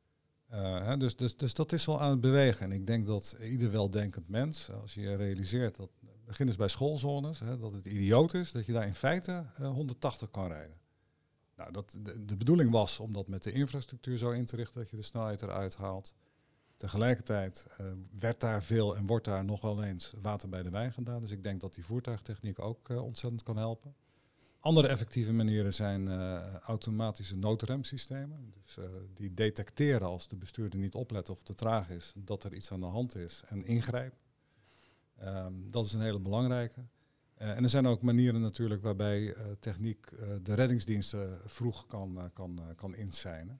Dus dat is wel aan het bewegen. En ik denk dat ieder weldenkend mens, als je realiseert dat begin eens bij schoolzones, dat het idioot is dat je daar in feite 180 kan rijden. Nou, de bedoeling was om dat met de infrastructuur zo in te richten dat je de snelheid eruit haalt. Tegelijkertijd werd daar veel en wordt daar nog wel eens water bij de wijn gedaan. Dus ik denk dat die voertuigtechniek ook ontzettend kan helpen. Andere effectieve manieren zijn automatische noodremsystemen. Dus die detecteren als de bestuurder niet oplet of te traag is, dat er iets aan de hand is en ingrijpen. Dat is een hele belangrijke. En er zijn ook manieren natuurlijk waarbij techniek de reddingsdiensten vroeg kan inseinen.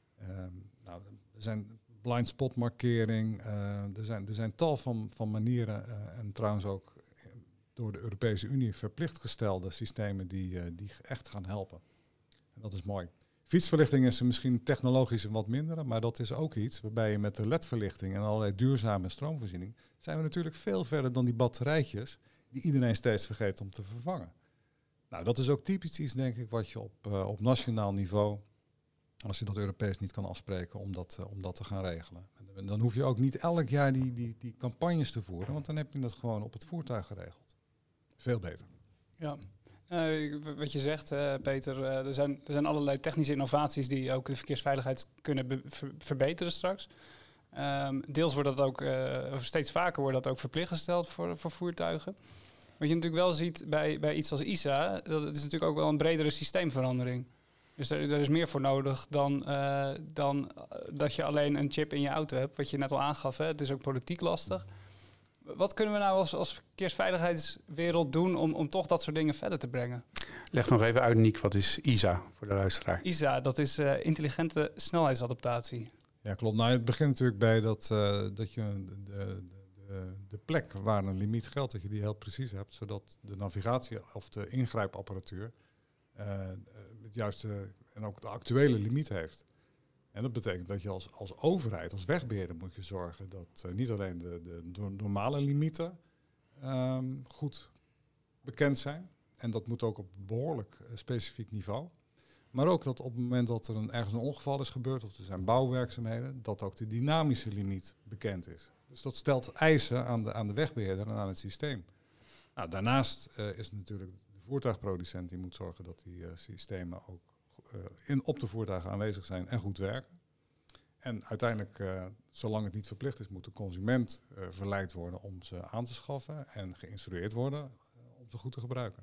Er zijn blind spot markering, er zijn tal van manieren en trouwens ook door de Europese Unie verplicht gestelde systemen die echt gaan helpen. En dat is mooi. Fietsverlichting is misschien technologisch wat minder, maar dat is ook iets waarbij je met de LED-verlichting en allerlei duurzame stroomvoorziening zijn we natuurlijk veel verder dan die batterijtjes die iedereen steeds vergeet om te vervangen. Nou, dat is ook typisch iets, denk ik, wat je op nationaal niveau, als je dat Europees niet kan afspreken, om dat te gaan regelen. En dan hoef je ook niet elk jaar die campagnes te voeren, want dan heb je dat gewoon op het voertuig geregeld. Veel beter. Ja. Wat je zegt, Peter, er zijn allerlei technische innovaties die ook de verkeersveiligheid kunnen verbeteren straks. Deels wordt dat ook, of steeds vaker wordt dat ook verplicht gesteld voor voertuigen. Wat je natuurlijk wel ziet bij iets als ISA, dat is natuurlijk ook wel een bredere systeemverandering. Dus er is meer voor nodig dan dat je alleen een chip in je auto hebt, wat je net al aangaf. Hè. Het is ook politiek lastig. Wat kunnen we nou als verkeersveiligheidswereld doen om toch dat soort dingen verder te brengen? Leg nog even uit, Niek, wat is ISA voor de luisteraar? ISA, dat is intelligente snelheidsadaptatie. Ja, klopt. Nou, het begint natuurlijk bij dat je de plek waar een limiet geldt, dat je die heel precies hebt, zodat de navigatie of de ingrijpapparatuur het juiste en ook de actuele limiet heeft. En dat betekent dat je als overheid, als wegbeheerder moet je zorgen dat niet alleen de normale limieten goed bekend zijn. En dat moet ook op behoorlijk specifiek niveau. Maar ook dat op het moment dat er ergens een ongeval is gebeurd of er zijn bouwwerkzaamheden, dat ook de dynamische limiet bekend is. Dus dat stelt eisen aan de wegbeheerder en aan het systeem. Nou, daarnaast is het natuurlijk de voertuigproducent die moet zorgen dat die systemen ook op de voertuigen aanwezig zijn en goed werken. En uiteindelijk, zolang het niet verplicht is, moet de consument verleid worden om ze aan te schaffen en geïnstrueerd worden om ze goed te gebruiken.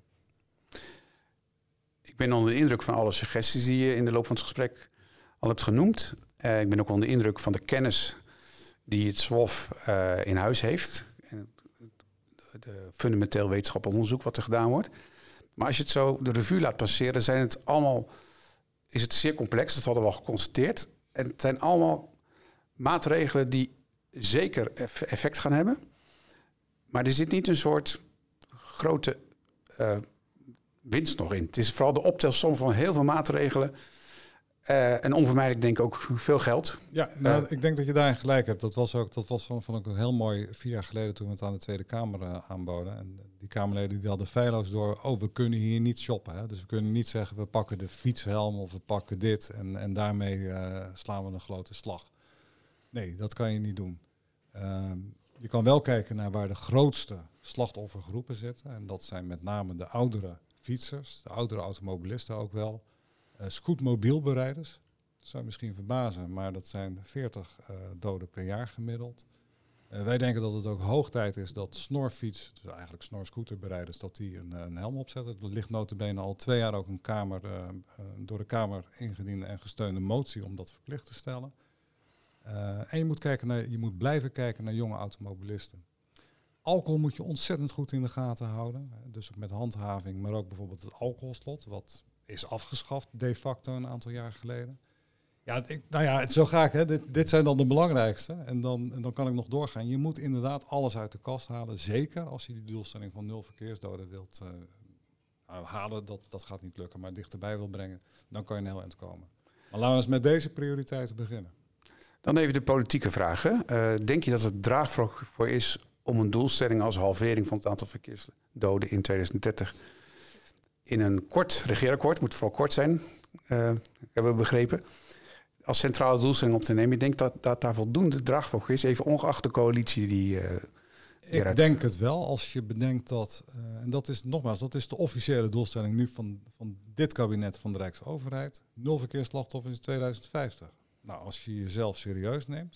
Ik ben onder de indruk van alle suggesties die je in de loop van het gesprek al hebt genoemd. Ik ben ook onder de indruk van de kennis die het SWOF in huis heeft. En de fundamenteel wetenschappelijk onderzoek wat er gedaan wordt. Maar als je het zo de revue laat passeren, is het zeer complex. Dat hadden we al geconstateerd. En het zijn allemaal maatregelen die zeker effect gaan hebben. Maar er zit niet een soort grote winst nog in. Het is vooral de optelsom van heel veel maatregelen. En onvermijdelijk denk ik ook veel geld. Ja, nou, ik denk dat je daarin gelijk hebt. Dat was vond ik heel mooi 4 jaar geleden toen we het aan de Tweede Kamer aanboden. En die Kamerleden die hadden feilloos door, we kunnen hier niet shoppen. Hè? Dus we kunnen niet zeggen, we pakken de fietshelm of we pakken dit en daarmee slaan we een grote slag. Nee, dat kan je niet doen. Je kan wel kijken naar waar de grootste slachtoffergroepen zitten. En dat zijn met name de oudere fietsers, de oudere automobilisten ook wel. Scootmobielberijders, dat zou je misschien verbazen, maar dat zijn 40 doden per jaar gemiddeld. Wij denken dat het ook hoog tijd is dat snorfiets, dus eigenlijk snorscooterberijders, dat die een helm opzetten. Er ligt nota bene al 2 jaar ook door de Kamer ingediende en gesteunde motie om dat verplicht te stellen. En je moet blijven kijken naar jonge automobilisten. Alcohol moet je ontzettend goed in de gaten houden. Dus ook met handhaving, maar ook bijvoorbeeld het alcoholslot, wat is afgeschaft de facto een aantal jaar geleden. Ja, zo ga ik. Hè. Dit zijn dan de belangrijkste. En dan kan ik nog doorgaan. Je moet inderdaad alles uit de kast halen. Zeker als je die doelstelling van 0 verkeersdoden wilt halen. Dat gaat niet lukken, maar dichterbij wil brengen. Dan kan je een heel eind komen. Maar laten we eens met deze prioriteiten beginnen. Dan even de politieke vragen. Denk je dat het draagvlak voor is om een doelstelling als halvering van het aantal verkeersdoden in 2030... in een kort regeerakkoord, moet vooral kort zijn, hebben we begrepen, als centrale doelstelling op te nemen? Ik denk dat daar voldoende draagvlak voor is, even ongeacht de coalitie die... Ik denk het wel, als je bedenkt dat, en dat is nogmaals, dat is de officiële doelstelling nu van dit kabinet van de Rijksoverheid, 0 verkeersslachtoffers in 2050. Nou, als je jezelf serieus neemt,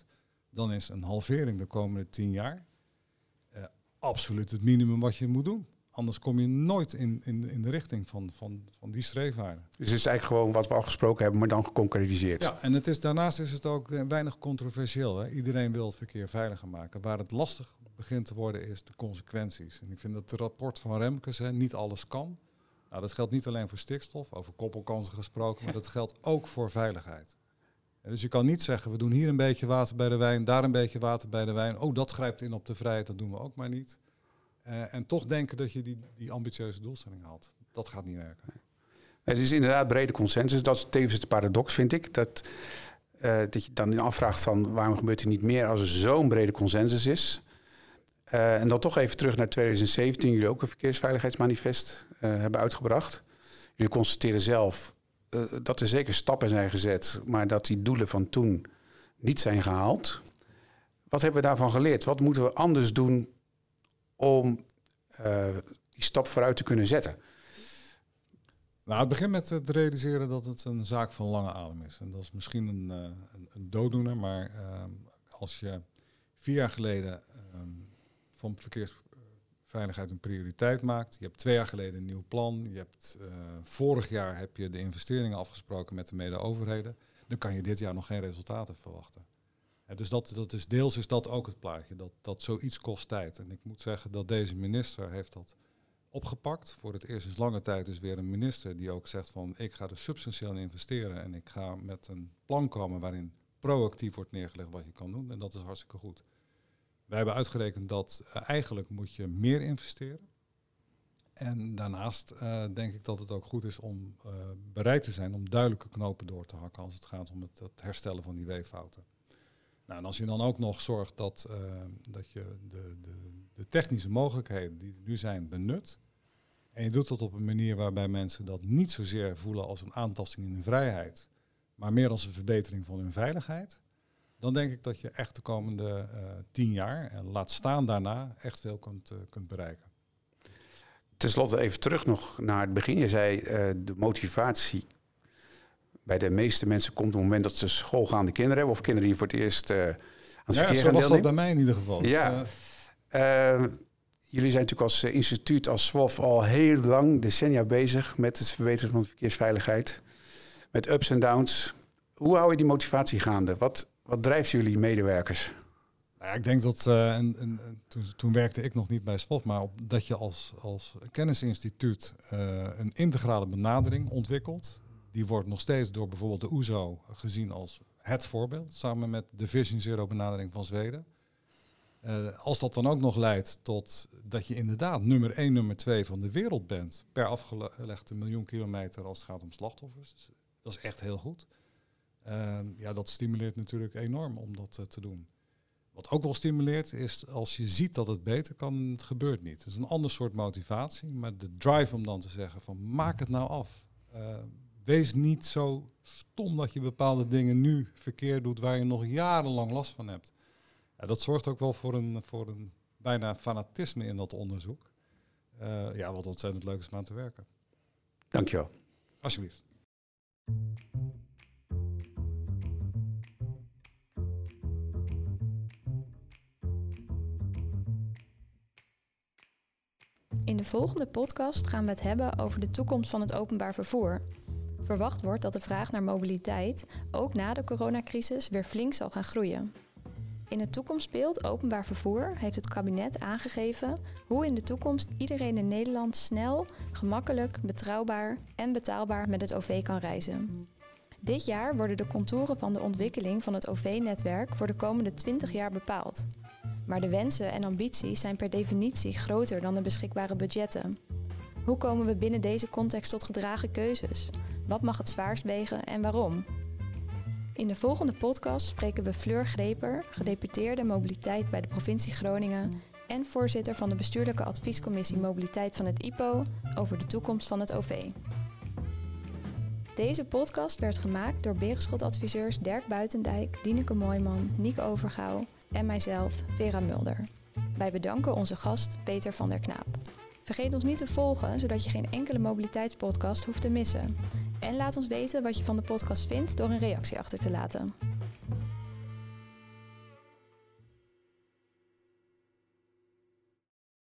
dan is een halvering de komende 10 jaar absoluut het minimum wat je moet doen. Anders kom je nooit in de richting van die streefwaarden. Dus het is eigenlijk gewoon wat we al gesproken hebben, maar dan geconcretiseerd. Ja, en daarnaast is het ook weinig controversieel. Hè? Iedereen wil het verkeer veiliger maken. Waar het lastig begint te worden is de consequenties. En ik vind dat het rapport van Remkes, niet alles kan. Nou, dat geldt niet alleen voor stikstof, over koppelkansen gesproken, maar dat geldt ook voor veiligheid. Dus je kan niet zeggen, we doen hier een beetje water bij de wijn, daar een beetje water bij de wijn. Oh, dat grijpt in op de vrijheid, dat doen we ook maar niet. En toch denken dat je die ambitieuze doelstelling haalt. Dat gaat niet werken. Het is inderdaad brede consensus. Dat is tevens de paradox, vind ik. Dat je dan afvraagt van waarom gebeurt er niet meer als er zo'n brede consensus is. En dan toch even terug naar 2017. Jullie ook een verkeersveiligheidsmanifest hebben uitgebracht. Jullie constateren zelf dat er zeker stappen zijn gezet, maar dat die doelen van toen niet zijn gehaald. Wat hebben we daarvan geleerd? Wat moeten we anders doen om die stap vooruit te kunnen zetten? Nou, het begint met het realiseren dat het een zaak van lange adem is. En dat is misschien een dooddoener, maar als je 4 jaar geleden van verkeersveiligheid een prioriteit maakt, je hebt 2 jaar geleden een nieuw plan, je hebt vorig jaar heb je de investeringen afgesproken met de mede-overheden, dan kan je dit jaar nog geen resultaten verwachten. Dus dat is deels is dat ook het plaatje, dat zoiets kost tijd. En ik moet zeggen dat deze minister heeft dat opgepakt. Voor het eerst is lange tijd dus weer een minister die ook zegt van ik ga er substantieel in investeren en ik ga met een plan komen waarin proactief wordt neergelegd wat je kan doen. En dat is hartstikke goed. Wij hebben uitgerekend dat eigenlijk moet je meer investeren. En daarnaast denk ik dat het ook goed is om bereid te zijn om duidelijke knopen door te hakken als het gaat om het herstellen van die weeffouten. Nou, en als je dan ook nog zorgt dat je de technische mogelijkheden die er nu zijn benut. En je doet dat op een manier waarbij mensen dat niet zozeer voelen als een aantasting in hun vrijheid, maar meer als een verbetering van hun veiligheid. Dan denk ik dat je echt de komende 10 jaar, en laat staan daarna, echt veel kunt bereiken. Ten slotte even terug nog naar het begin. Je zei de motivatie bij de meeste mensen komt op het moment dat ze schoolgaande kinderen hebben of kinderen die voor het eerst aan het verkeer gaan deelnemen. Ja, zo was dat bij mij in ieder geval. Ja. Jullie zijn natuurlijk als instituut, als SWOF, al heel lang, decennia bezig met het verbeteren van de verkeersveiligheid. Met ups en downs. Hoe hou je die motivatie gaande? Wat drijft jullie medewerkers? Nou ja, ik denk dat, toen werkte ik nog niet bij SWOF, maar dat je als kennisinstituut een integrale benadering ontwikkelt. Die wordt nog steeds door bijvoorbeeld de OESO gezien als het voorbeeld, samen met de Vision Zero benadering van Zweden. Als dat dan ook nog leidt tot dat je inderdaad nummer 1, nummer 2 van de wereld bent per afgelegde 1 miljoen kilometer als het gaat om slachtoffers. Dat is echt heel goed. Dat stimuleert natuurlijk enorm om dat te doen. Wat ook wel stimuleert is als je ziet dat het beter kan, het gebeurt niet. Het is een ander soort motivatie, maar de drive om dan te zeggen van maak het nou af. Wees niet zo stom dat je bepaalde dingen nu verkeerd doet waar je nog jarenlang last van hebt. Ja, dat zorgt ook wel voor een bijna fanatisme in dat onderzoek. Wat ontzettend leuk is om aan te werken. Dankjewel. Alsjeblieft. In de volgende podcast gaan we het hebben over de toekomst van het openbaar vervoer. Verwacht wordt dat de vraag naar mobiliteit ook na de coronacrisis weer flink zal gaan groeien. In het toekomstbeeld openbaar vervoer heeft het kabinet aangegeven hoe in de toekomst iedereen in Nederland snel, gemakkelijk, betrouwbaar en betaalbaar met het OV kan reizen. Dit jaar worden de contouren van de ontwikkeling van het OV-netwerk voor de komende 20 jaar bepaald. Maar de wensen en ambities zijn per definitie groter dan de beschikbare budgetten. Hoe komen we binnen deze context tot gedragen keuzes? Wat mag het zwaarst wegen en waarom? In de volgende podcast spreken we Fleur Greper, gedeputeerde mobiliteit bij de provincie Groningen en voorzitter van de bestuurlijke adviescommissie mobiliteit van het IPO over de toekomst van het OV. Deze podcast werd gemaakt door Berenschot-adviseurs Dirk Buitendijk, Dieneke Mooijman, Niek Overgouw en mijzelf, Vera Mulder. Wij bedanken onze gast Peter van der Knaap. Vergeet ons niet te volgen, zodat je geen enkele mobiliteitspodcast hoeft te missen. En laat ons weten wat je van de podcast vindt door een reactie achter te laten.